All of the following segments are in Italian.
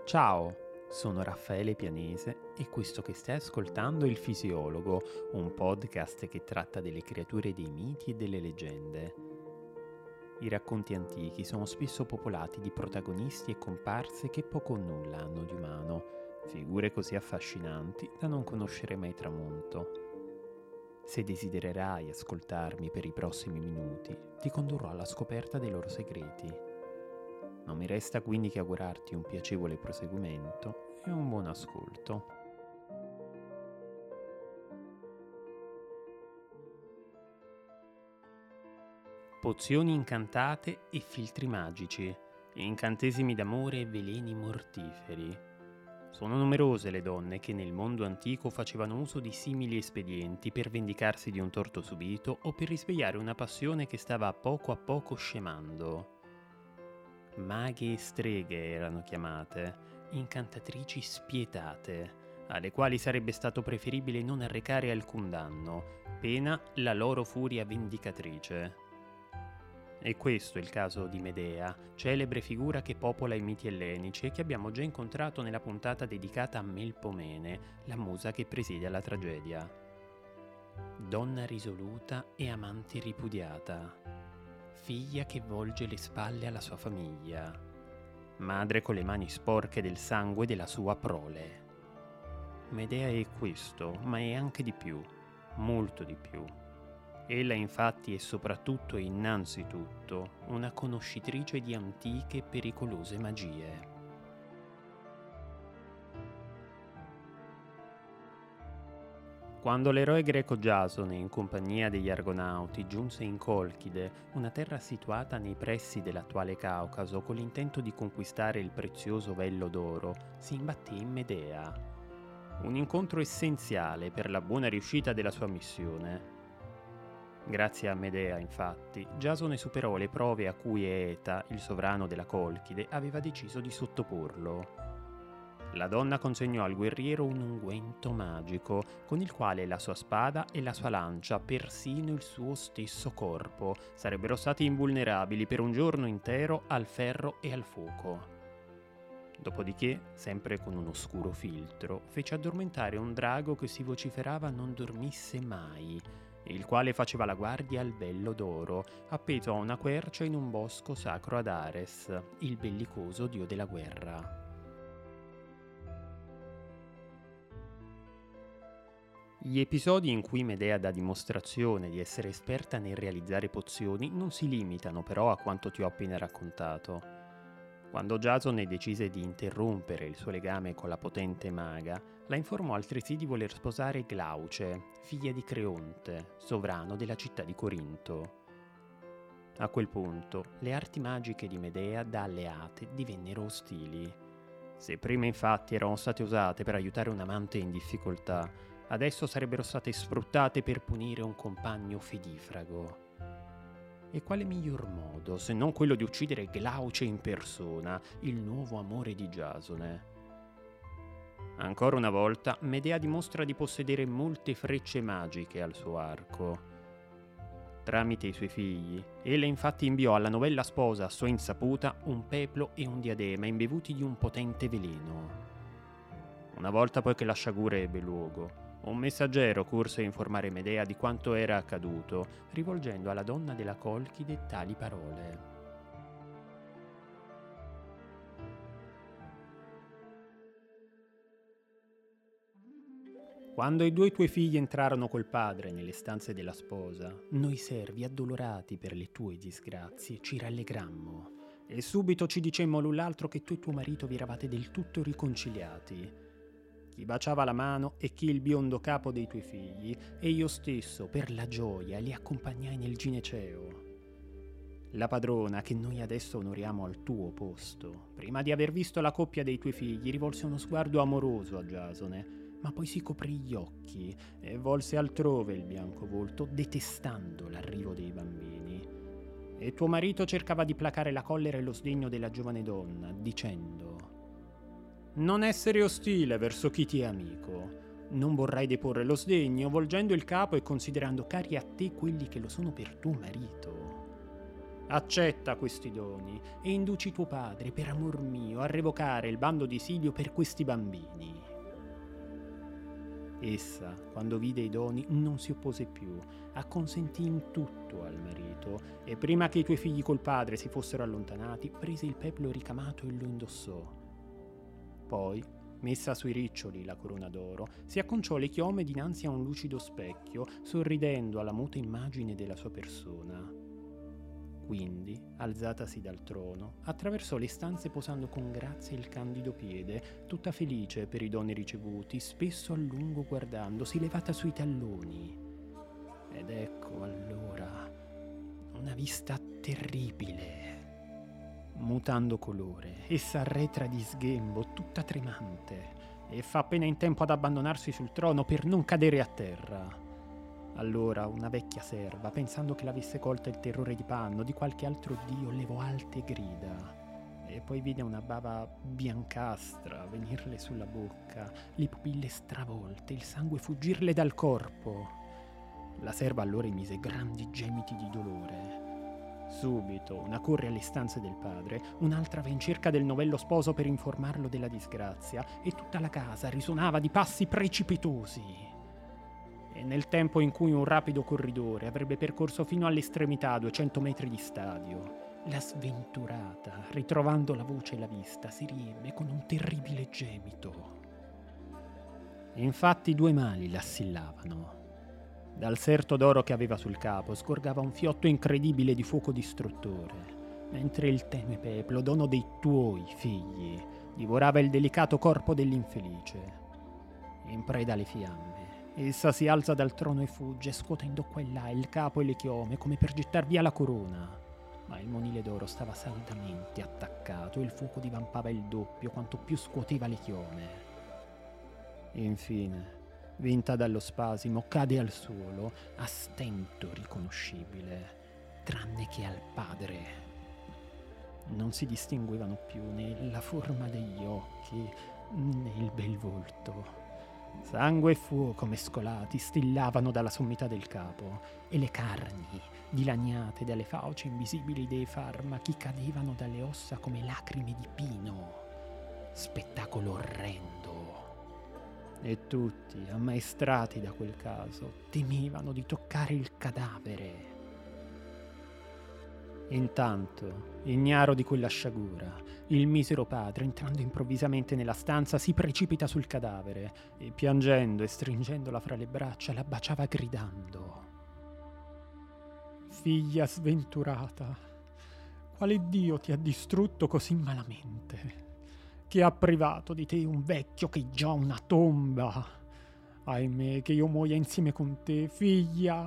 Ciao, sono Raffaele Pianese e questo che stai ascoltando è Il Fisiologo, un podcast che tratta delle creature dei miti e delle leggende. I racconti antichi sono spesso popolati di protagonisti e comparse che poco o nulla hanno di umano, figure così affascinanti da non conoscere mai tramonto. Se desidererai ascoltarmi per i prossimi minuti, ti condurrò alla scoperta dei loro segreti. Non mi resta quindi che augurarti un piacevole proseguimento e un buon ascolto. Pozioni incantate e filtri magici, incantesimi d'amore e veleni mortiferi. Sono numerose le donne che nel mondo antico facevano uso di simili espedienti per vendicarsi di un torto subito o per risvegliare una passione che stava a poco scemando. Maghe e streghe erano chiamate, incantatrici spietate, alle quali sarebbe stato preferibile non arrecare alcun danno, pena la loro furia vendicatrice. E questo è il caso di Medea, celebre figura che popola i miti ellenici e che abbiamo già incontrato nella puntata dedicata a Melpomene, la musa che presiede alla tragedia. Donna risoluta e amante ripudiata. Figlia che volge le spalle alla sua famiglia, madre con le mani sporche del sangue della sua prole. Medea è questo, ma è anche di più, molto di più. Ella infatti è soprattutto e innanzitutto una conoscitrice di antiche e pericolose magie. Quando l'eroe greco Giasone, in compagnia degli Argonauti, giunse in Colchide, una terra situata nei pressi dell'attuale Caucaso, con l'intento di conquistare il prezioso vello d'oro, si imbatté in Medea. Un incontro essenziale per la buona riuscita della sua missione. Grazie a Medea, infatti, Giasone superò le prove a cui Eeta, il sovrano della Colchide, aveva deciso di sottoporlo. La donna consegnò al guerriero un unguento magico, con il quale la sua spada e la sua lancia, persino il suo stesso corpo, sarebbero stati invulnerabili per un giorno intero al ferro e al fuoco. Dopodiché, sempre con un oscuro filtro, fece addormentare un drago che si vociferava non dormisse mai, il quale faceva la guardia al vello d'oro, appeso a una quercia in un bosco sacro ad Ares, il bellicoso dio della guerra. Gli episodi in cui Medea dà dimostrazione di essere esperta nel realizzare pozioni non si limitano però a quanto ti ho appena raccontato. Quando Giasone decise di interrompere il suo legame con la potente maga, la informò altresì di voler sposare Glauce, figlia di Creonte, sovrano della città di Corinto. A quel punto, le arti magiche di Medea da alleate divennero ostili. Se prima infatti erano state usate per aiutare un amante in difficoltà, adesso sarebbero state sfruttate per punire un compagno fedifrago. E quale miglior modo se non quello di uccidere Glauce in persona, il nuovo amore di Giasone? Ancora una volta, Medea dimostra di possedere molte frecce magiche al suo arco. Tramite i suoi figli, ella infatti inviò alla novella sposa a sua insaputa un peplo e un diadema imbevuti di un potente veleno. Una volta poi che la sciagura ebbe luogo, un messaggero corse a informare Medea di quanto era accaduto, rivolgendo alla donna della Colchide tali parole. Quando i due tuoi figli entrarono col padre nelle stanze della sposa, noi servi, addolorati per le tue disgrazie, ci rallegrammo e subito ci dicemmo l'un l'altro che tu e tuo marito vi eravate del tutto riconciliati. Chi baciava la mano e chi il biondo capo dei tuoi figli, e io stesso, per la gioia, li accompagnai nel gineceo. La padrona, che noi adesso onoriamo al tuo posto, prima di aver visto la coppia dei tuoi figli, rivolse uno sguardo amoroso a Giasone, ma poi si coprì gli occhi e volse altrove il bianco volto, detestando l'arrivo dei bambini. E tuo marito cercava di placare la collera e lo sdegno della giovane donna, dicendo: non essere ostile verso chi ti è amico. Non vorrai deporre lo sdegno, volgendo il capo e considerando cari a te quelli che lo sono per tuo marito. Accetta questi doni e induci tuo padre, per amor mio, a revocare il bando di esilio per questi bambini. Essa, quando vide i doni, non si oppose più, acconsentì in tutto al marito e prima che i tuoi figli col padre si fossero allontanati, prese il peplo ricamato e lo indossò. Poi, messa sui riccioli la corona d'oro, si acconciò le chiome dinanzi a un lucido specchio, sorridendo alla muta immagine della sua persona. Quindi, alzatasi dal trono, attraversò le stanze posando con grazia il candido piede, tutta felice per i doni ricevuti, spesso a lungo guardandosi levata sui talloni. Ed ecco allora una vista terribile. Mutando colore, essa arretra di sghembo, tutta tremante, e fa appena in tempo ad abbandonarsi sul trono per non cadere a terra. Allora una vecchia serva, pensando che l'avesse colta il terrore di Panno, di qualche altro dio, levò alte grida e poi vide una bava biancastra venirle sulla bocca, le pupille stravolte, il sangue fuggirle dal corpo. La serva allora emise grandi gemiti di dolore. Subito una corre alle stanze del padre, un'altra va in cerca del novello sposo per informarlo della disgrazia, e tutta la casa risuonava di passi precipitosi. E nel tempo in cui un rapido corridore avrebbe percorso fino all'estremità 200 metri di stadio, la sventurata, ritrovando la voce e la vista, si riebbe con un terribile gemito. Infatti 2 mali l'assillavano. Dal serto d'oro che aveva sul capo scorgava un fiotto incredibile di fuoco distruttore, mentre il tenue peplo, dono dei tuoi figli, divorava il delicato corpo dell'infelice. In preda alle fiamme, essa si alza dal trono e fugge, scuotendo qua e là il capo e le chiome come per gettar via la corona. Ma il monile d'oro stava saldamente attaccato e il fuoco divampava il doppio quanto più scuoteva le chiome. Infine, vinta dallo spasimo, cade al suolo, a stento riconoscibile, tranne che al padre. Non si distinguevano più né la forma degli occhi né il bel volto. Sangue e fuoco mescolati stillavano dalla sommità del capo, e le carni, dilaniate dalle fauci invisibili dei farmachi, cadevano dalle ossa come lacrime di pino. Spettacolo orrendo. E tutti, ammaestrati da quel caso, temevano di toccare il cadavere. Intanto, ignaro di quella sciagura, il misero padre, entrando improvvisamente nella stanza, si precipita sul cadavere e, piangendo e stringendola fra le braccia, la baciava gridando: «Figlia sventurata, quale Dio ti ha distrutto così malamente, che ha privato di te un vecchio che già una tomba? Ahimè, che io muoia insieme con te, figlia!»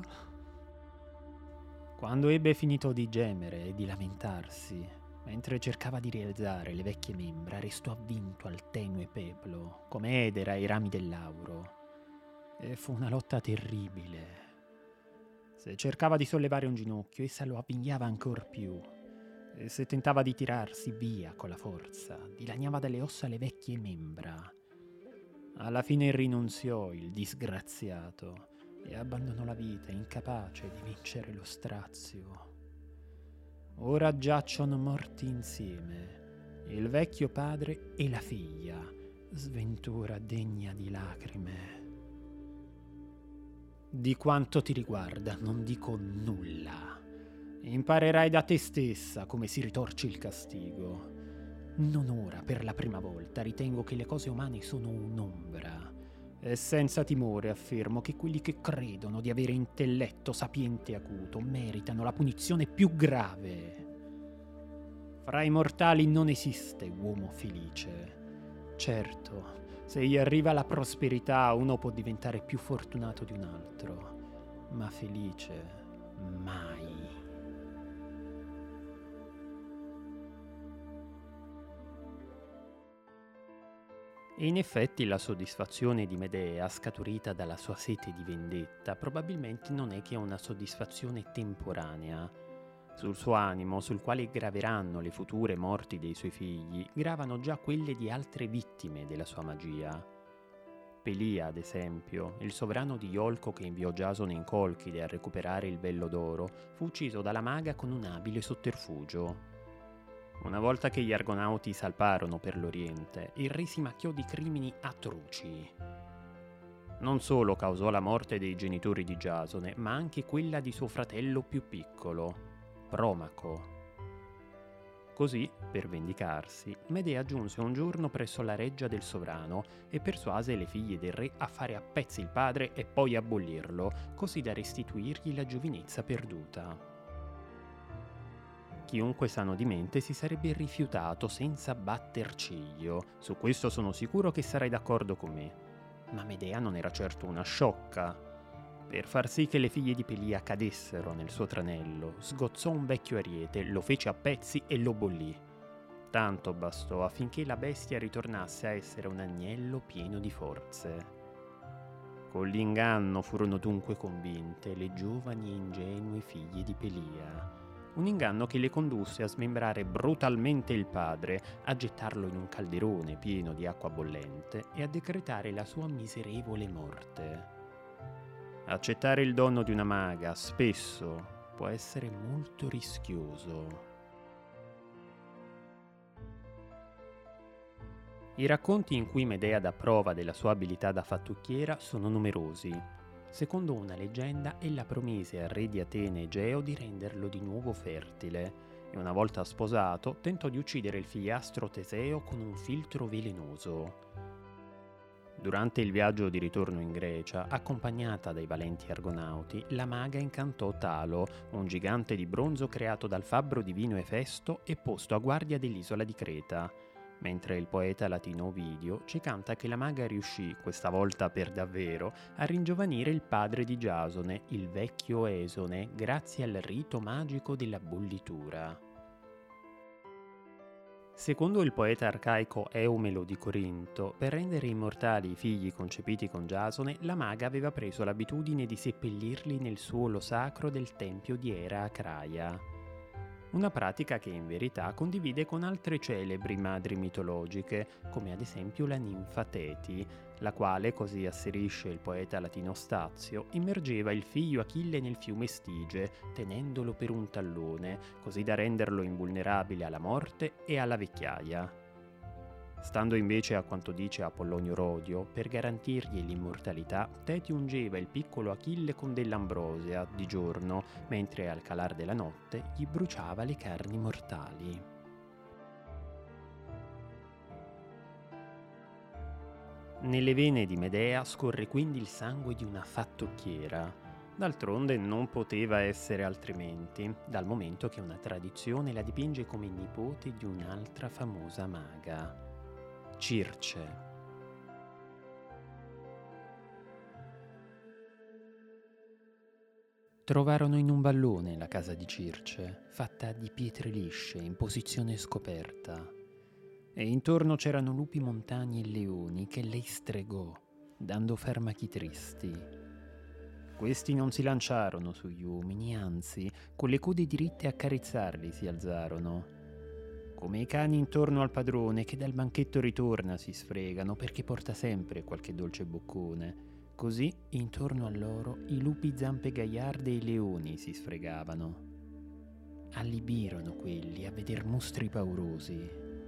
Quando ebbe finito di gemere e di lamentarsi, mentre cercava di rialzare le vecchie membra, restò avvinto al tenue peplo, come edera ai rami del lauro. E fu una lotta terribile. Se cercava di sollevare un ginocchio, essa lo avvinghiava ancor più. E se tentava di tirarsi via con la forza, dilaniava dalle ossa le vecchie membra. Alla fine rinunziò il disgraziato e abbandonò la vita, incapace di vincere lo strazio. Ora giacciono morti insieme, il vecchio padre e la figlia, sventura degna di lacrime. Di quanto ti riguarda non dico nulla. Imparerai da te stessa come si ritorce il castigo. Non ora, per la prima volta, ritengo che le cose umane sono un'ombra. E senza timore affermo che quelli che credono di avere intelletto sapiente e acuto meritano la punizione più grave. Fra i mortali non esiste uomo felice. Certo, se gli arriva la prosperità uno può diventare più fortunato di un altro, ma felice mai. E in effetti la soddisfazione di Medea, scaturita dalla sua sete di vendetta, probabilmente non è che una soddisfazione temporanea. Sul suo animo, sul quale graveranno le future morti dei suoi figli, gravano già quelle di altre vittime della sua magia. Pelia, ad esempio, il sovrano di Iolco che inviò Giasone in Colchide a recuperare il Vello d'Oro, fu ucciso dalla maga con un abile sotterfugio. Una volta che gli Argonauti salparono per l'Oriente, il re si macchiò di crimini atroci. Non solo causò la morte dei genitori di Giasone, ma anche quella di suo fratello più piccolo, Promaco. Così, per vendicarsi, Medea giunse un giorno presso la reggia del sovrano e persuase le figlie del re a fare a pezzi il padre e poi abolirlo, così da restituirgli la giovinezza perduta. Chiunque sano di mente si sarebbe rifiutato senza batter ciglio, su questo sono sicuro che sarai d'accordo con me. Ma Medea non era certo una sciocca. Per far sì che le figlie di Pelia cadessero nel suo tranello, sgozzò un vecchio ariete, lo fece a pezzi e lo bollì. Tanto bastò affinché la bestia ritornasse a essere un agnello pieno di forze. Con l'inganno furono dunque convinte le giovani e ingenue figlie di Pelia. Un inganno che le condusse a smembrare brutalmente il padre, a gettarlo in un calderone pieno di acqua bollente e a decretare la sua miserevole morte. Accettare il dono di una maga spesso può essere molto rischioso. I racconti in cui Medea dà prova della sua abilità da fattucchiera sono numerosi. Secondo una leggenda, ella promise al re di Atene Egeo di renderlo di nuovo fertile e una volta sposato tentò di uccidere il figliastro Teseo con un filtro velenoso. Durante il viaggio di ritorno in Grecia, accompagnata dai valenti Argonauti, la maga incantò Talo, un gigante di bronzo creato dal fabbro divino Efesto e posto a guardia dell'isola di Creta, mentre il poeta latino Ovidio ci canta che la maga riuscì, questa volta per davvero, a ringiovanire il padre di Giasone, il vecchio Esone, grazie al rito magico della bollitura. Secondo il poeta arcaico Eumelo di Corinto, per rendere immortali i figli concepiti con Giasone, la maga aveva preso l'abitudine di seppellirli nel suolo sacro del tempio di Era Acraia. Una pratica che in verità condivide con altre celebri madri mitologiche, come ad esempio la ninfa Teti, la quale, così asserisce il poeta latino Stazio, immergeva il figlio Achille nel fiume Stige, tenendolo per un tallone, così da renderlo invulnerabile alla morte e alla vecchiaia. Stando invece a quanto dice Apollonio Rodio, per garantirgli l'immortalità, Teti ungeva il piccolo Achille con dell'ambrosia di giorno, mentre al calar della notte gli bruciava le carni mortali. Nelle vene di Medea scorre quindi il sangue di una fattucchiera. D'altronde non poteva essere altrimenti, dal momento che una tradizione la dipinge come nipote di un'altra famosa maga, Circe. Trovarono in un vallone la casa di Circe, fatta di pietre lisce in posizione scoperta, e intorno c'erano lupi montani e leoni che lei stregò, dando farmachi tristi. Questi non si lanciarono sugli uomini, anzi, con le code diritte a accarezzarli si alzarono. Come i cani intorno al padrone che dal banchetto ritorna si sfregano perché porta sempre qualche dolce boccone, così intorno a loro i lupi zampe gaiarde e i leoni si sfregavano. Allibirono quelli a veder mostri paurosi.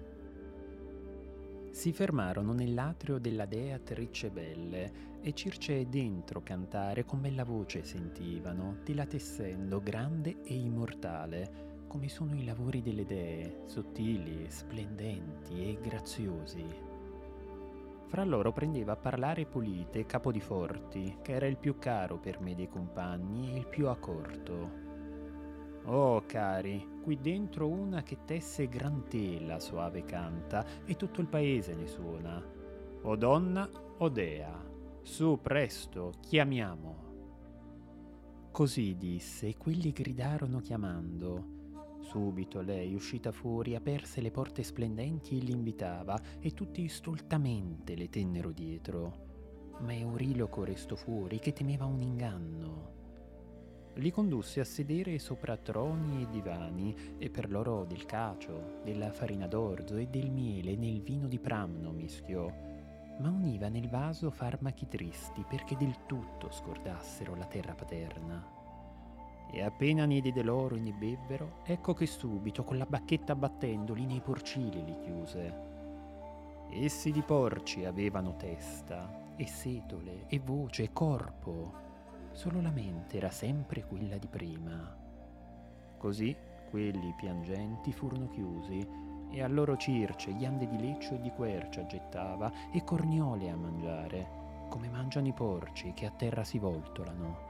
Si fermarono nell'atrio della dea Trice Belle e Circe e dentro cantare con bella voce sentivano, te la tessendo grande e immortale, come sono i lavori delle dee, sottili, splendenti e graziosi. Fra loro prendeva a parlare Polite, capo di Forti, che era il più caro per me dei compagni e il più accorto. «Oh, cari, qui dentro una che tesse gran tela soave canta, e tutto il paese ne suona. O donna o dea, su presto, chiamiamo!» Così disse, e quelli gridarono chiamando. Subito lei, uscita fuori, aperse le porte splendenti e li invitava, e tutti stoltamente le tennero dietro. Ma Euriloco restò fuori, che temeva un inganno. Li condusse a sedere sopra troni e divani, e per loro del cacio, della farina d'orzo e del miele nel vino di Pramno mischiò. ma univa nel vaso farmaci tristi perché del tutto scordassero la terra paterna. E appena ne diede loro e ne bevvero, ecco che subito con la bacchetta battendoli nei porcili li chiuse. Essi di porci avevano testa, e setole, e voce, e corpo. Solo la mente era sempre quella di prima. Così quelli piangenti furono chiusi, e a loro Circe ghiande di leccio e di quercia gettava, e corniole a mangiare, come mangiano i porci che a terra si voltolano.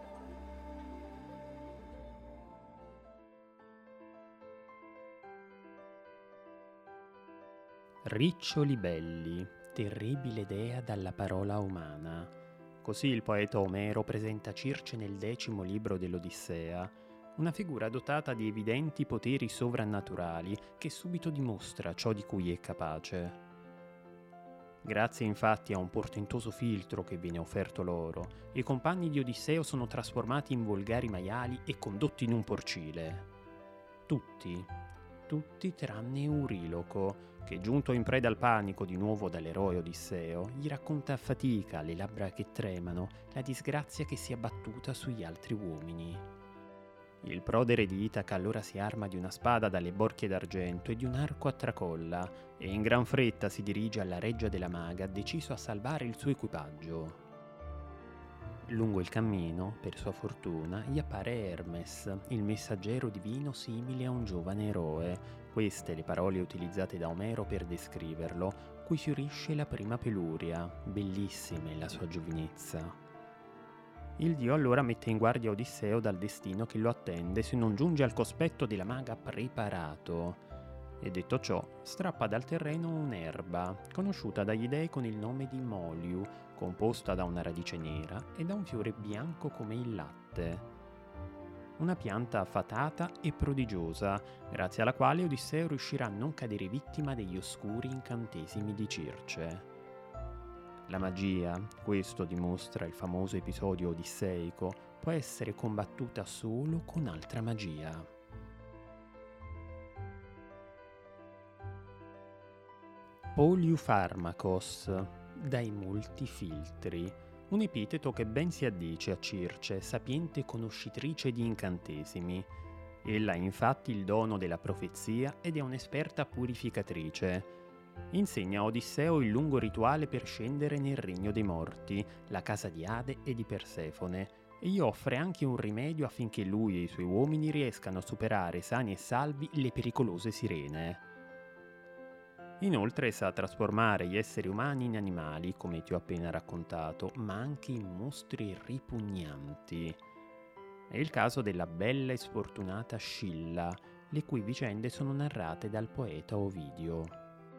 Riccioli belli, terribile dea dalla parola umana. Così il poeta Omero presenta Circe nel 10° libro dell'Odissea, una figura dotata di evidenti poteri sovrannaturali che subito dimostra ciò di cui è capace. Grazie infatti a un portentoso filtro che viene offerto loro, i compagni di Odisseo sono trasformati in volgari maiali e condotti in un porcile. Tutti tranne Euriloco, che giunto in preda al panico di nuovo dall'eroe Odisseo, gli racconta a fatica, le labbra che tremano, la disgrazia che si è abbattuta sugli altri uomini. Il prodere di Itaca allora si arma di una spada dalle borchie d'argento e di un arco a tracolla, e in gran fretta si dirige alla reggia della maga, deciso a salvare il suo equipaggio. Lungo il cammino, per sua fortuna, gli appare Hermes, il messaggero divino simile a un giovane eroe. Queste le parole utilizzate da Omero per descriverlo, cui fiorisce la prima peluria, bellissima è la sua giovinezza. Il dio allora mette in guardia Odisseo dal destino che lo attende se non giunge al cospetto della maga preparato. E detto ciò, strappa dal terreno un'erba, conosciuta dagli dei con il nome di Moliu, composta da una radice nera e da un fiore bianco come il latte. Una pianta fatata e prodigiosa, grazie alla quale Odisseo riuscirà a non cadere vittima degli oscuri incantesimi di Circe. La magia, questo dimostra il famoso episodio odisseico, può essere combattuta solo con altra magia. Poliupharmakos, dai molti filtri, un epiteto che ben si addice a Circe, sapiente conoscitrice di incantesimi. Ella ha infatti il dono della profezia ed è un'esperta purificatrice. Insegna a Odisseo il lungo rituale per scendere nel regno dei morti, la casa di Ade e di Persefone, e gli offre anche un rimedio affinché lui e i suoi uomini riescano a superare sani e salvi le pericolose sirene. Inoltre sa trasformare gli esseri umani in animali, come ti ho appena raccontato, ma anche in mostri ripugnanti. È il caso della bella e sfortunata Scilla, le cui vicende sono narrate dal poeta Ovidio.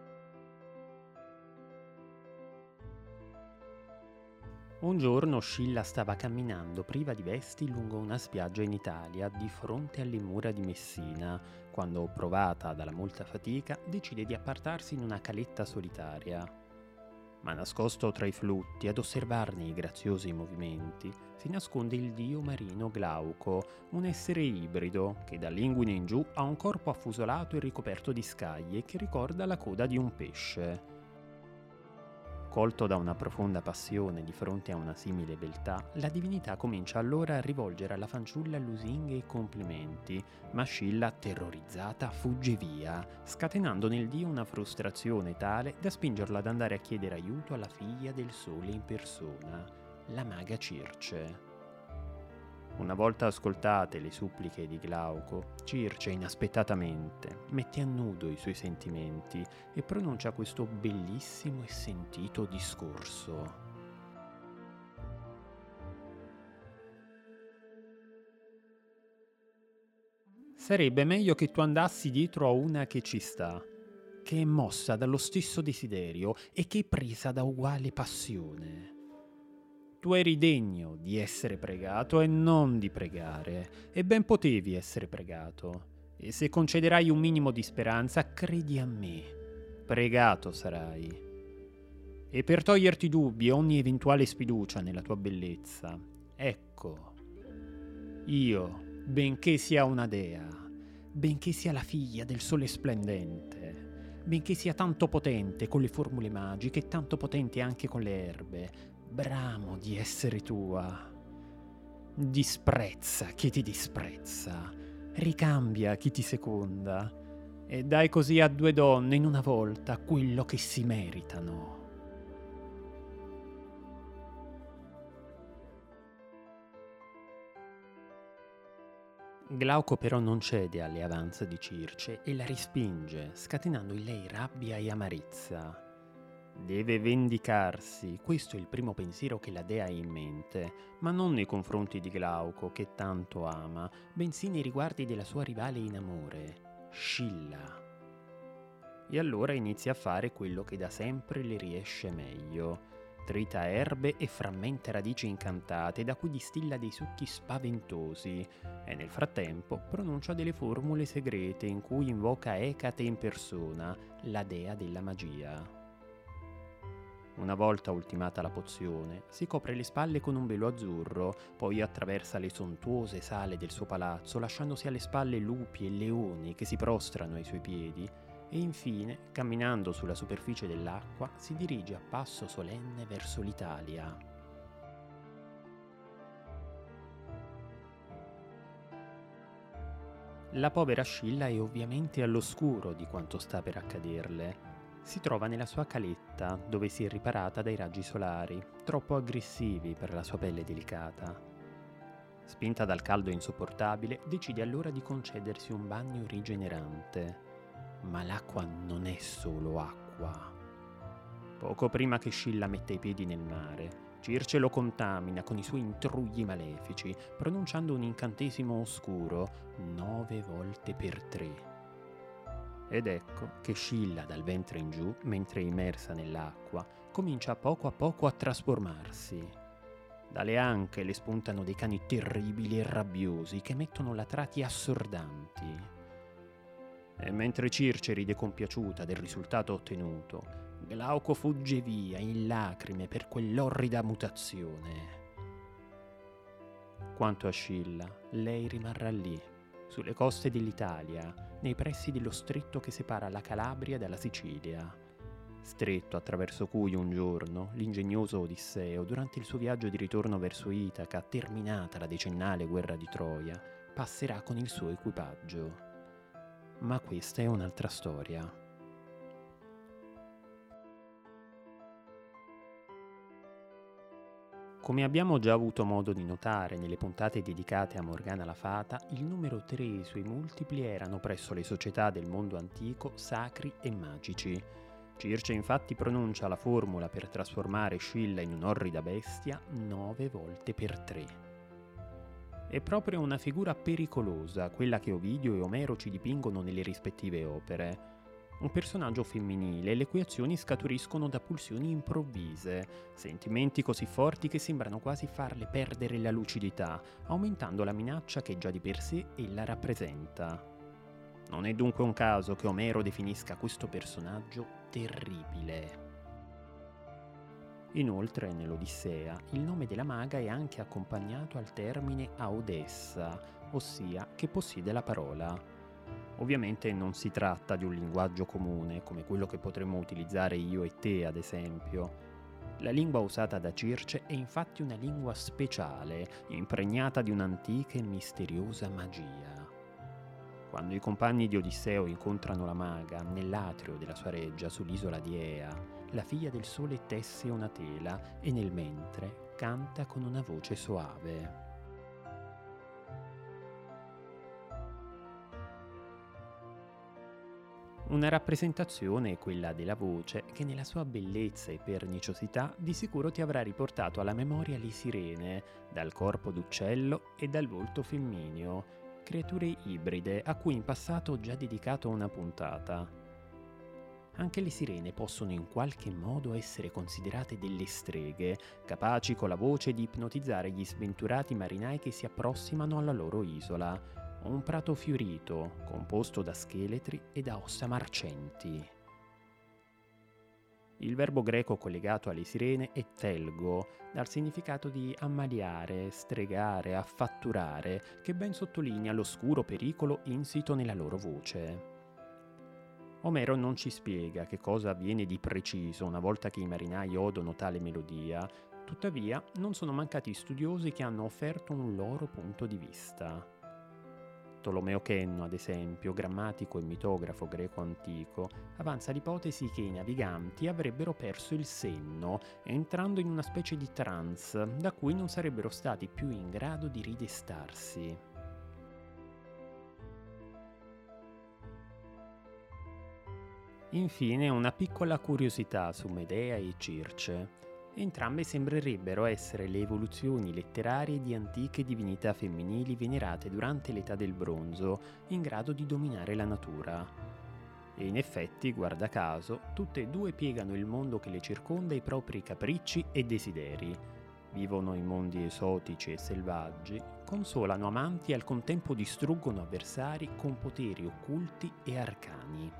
Un giorno Scilla stava camminando priva di vesti lungo una spiaggia in Italia, di fronte alle mura di Messina, quando, provata dalla molta fatica, decide di appartarsi in una caletta solitaria. Ma nascosto tra i flutti, ad osservarne i graziosi movimenti, si nasconde il dio marino Glauco, un essere ibrido che dall'inguine in giù ha un corpo affusolato e ricoperto di scaglie che ricorda la coda di un pesce. Colto da una profonda passione di fronte a una simile beltà, la divinità comincia allora a rivolgere alla fanciulla lusinghe e complimenti, ma Scilla, terrorizzata, fugge via, scatenando nel dio una frustrazione tale da spingerlo ad andare a chiedere aiuto alla figlia del sole in persona, la maga Circe. Una volta ascoltate le suppliche di Glauco, Circe inaspettatamente mette a nudo i suoi sentimenti e pronuncia questo bellissimo e sentito discorso. Sarebbe meglio che tu andassi dietro a una che ci sta, che è mossa dallo stesso desiderio e che è presa da uguale passione. Tu eri degno di essere pregato e non di pregare, e ben potevi essere pregato. E se concederai un minimo di speranza, credi a me, pregato sarai. E per toglierti dubbi e ogni eventuale sfiducia nella tua bellezza, ecco, io, benché sia una dea, benché sia la figlia del sole splendente, benché sia tanto potente con le formule magiche e tanto potente anche con le erbe, bramo di essere tua. Disprezza chi ti disprezza, ricambia chi ti seconda, e dai così a 2 donne in una volta quello che si meritano. Glauco però non cede alle avanze di Circe e la respinge, scatenando in lei rabbia e amarezza. Deve vendicarsi, questo è il primo pensiero che la dea ha in mente, ma non nei confronti di Glauco, che tanto ama, bensì nei riguardi della sua rivale in amore, Scilla. E allora inizia a fare quello che da sempre le riesce meglio. Trita erbe e frammenta radici incantate da cui distilla dei succhi spaventosi e nel frattempo pronuncia delle formule segrete in cui invoca Ecate in persona, la dea della magia. Una volta ultimata la pozione, si copre le spalle con un velo azzurro, poi attraversa le sontuose sale del suo palazzo, lasciandosi alle spalle lupi e leoni che si prostrano ai suoi piedi, e infine, camminando sulla superficie dell'acqua, si dirige a passo solenne verso l'Italia. La povera Scilla è ovviamente all'oscuro di quanto sta per accaderle. Si trova nella sua caletta, dove si è riparata dai raggi solari, troppo aggressivi per la sua pelle delicata. Spinta dal caldo insopportabile, decide allora di concedersi un bagno rigenerante. Ma l'acqua non è solo acqua. Poco prima che Scilla metta i piedi nel mare, Circe lo contamina con i suoi intrugli malefici, pronunciando un incantesimo oscuro 9 volte per 3. Ed ecco che Scilla dal ventre in giù, mentre è immersa nell'acqua, comincia a poco a trasformarsi. Dalle anche le spuntano dei cani terribili e rabbiosi che emettono latrati assordanti. E mentre Circe ride compiaciuta del risultato ottenuto, Glauco fugge via in lacrime per quell'orrida mutazione. Quanto a Scilla, lei rimarrà lì, sulle coste dell'Italia, nei pressi dello stretto che separa la Calabria dalla Sicilia. Stretto attraverso cui un giorno l'ingegnoso Odisseo, durante il suo viaggio di ritorno verso Itaca, terminata la decennale guerra di Troia, passerà con il suo equipaggio. Ma questa è un'altra storia. Come abbiamo già avuto modo di notare nelle puntate dedicate a Morgana la Fata, il numero 3 e i suoi multipli erano presso le società del mondo antico sacri e magici. Circe infatti pronuncia la formula per trasformare Scilla in un'orrida bestia 9 volte per 3. È proprio una figura pericolosa quella che Ovidio e Omero ci dipingono nelle rispettive opere. Un personaggio femminile le cui azioni scaturiscono da pulsioni improvvise, sentimenti così forti che sembrano quasi farle perdere la lucidità, aumentando la minaccia che già di per sé ella rappresenta. Non è dunque un caso che Omero definisca questo personaggio terribile. Inoltre, nell'Odissea, il nome della maga è anche accompagnato al termine audessa, ossia che possiede la parola. Ovviamente non si tratta di un linguaggio comune, come quello che potremmo utilizzare io e te, ad esempio. La lingua usata da Circe è infatti una lingua speciale, impregnata di un'antica e misteriosa magia. Quando i compagni di Odisseo incontrano la maga nell'atrio della sua reggia sull'isola di Ea, la figlia del sole tesse una tela e nel mentre canta con una voce soave. Una rappresentazione, quella della voce, che nella sua bellezza e perniciosità di sicuro ti avrà riportato alla memoria le sirene, dal corpo d'uccello e dal volto femmineo, creature ibride a cui in passato ho già dedicato una puntata. Anche le sirene possono in qualche modo essere considerate delle streghe, capaci con la voce di ipnotizzare gli sventurati marinai che si approssimano alla loro isola. Un prato fiorito, composto da scheletri e da ossa marcenti. Il verbo greco collegato alle sirene è telgo, dal significato di ammaliare, stregare, affatturare, che ben sottolinea l'oscuro pericolo insito nella loro voce. Omero non ci spiega che cosa avviene di preciso una volta che i marinai odono tale melodia, tuttavia non sono mancati studiosi che hanno offerto un loro punto di vista. Tolomeo Kenno, ad esempio, grammatico e mitografo greco antico, avanza l'ipotesi che i naviganti avrebbero perso il senno, entrando in una specie di trance, da cui non sarebbero stati più in grado di ridestarsi. Infine, una piccola curiosità su Medea e Circe. Entrambe sembrerebbero essere le evoluzioni letterarie di antiche divinità femminili venerate durante l'età del bronzo, in grado di dominare la natura. E in effetti, guarda caso, tutte e due piegano il mondo che le circonda ai propri capricci e desideri. Vivono in mondi esotici e selvaggi, consolano amanti e al contempo distruggono avversari con poteri occulti e arcani.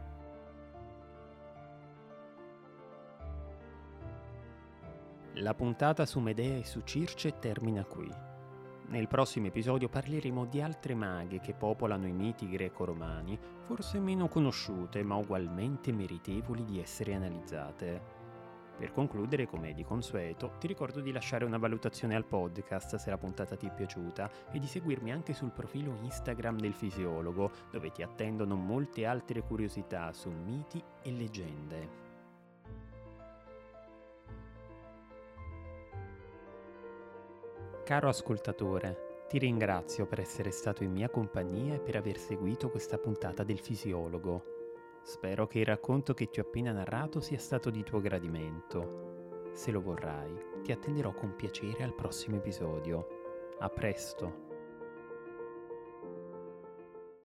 La puntata su Medea e su Circe termina qui. Nel prossimo episodio parleremo di altre maghe che popolano i miti greco-romani, forse meno conosciute ma ugualmente meritevoli di essere analizzate. Per concludere, come di consueto, ti ricordo di lasciare una valutazione al podcast se la puntata ti è piaciuta e di seguirmi anche sul profilo Instagram del Fisiologo, dove ti attendono molte altre curiosità su miti e leggende. Caro ascoltatore, ti ringrazio per essere stato in mia compagnia e per aver seguito questa puntata del Fisiologo. Spero che il racconto che ti ho appena narrato sia stato di tuo gradimento. Se lo vorrai, ti attenderò con piacere al prossimo episodio. A presto!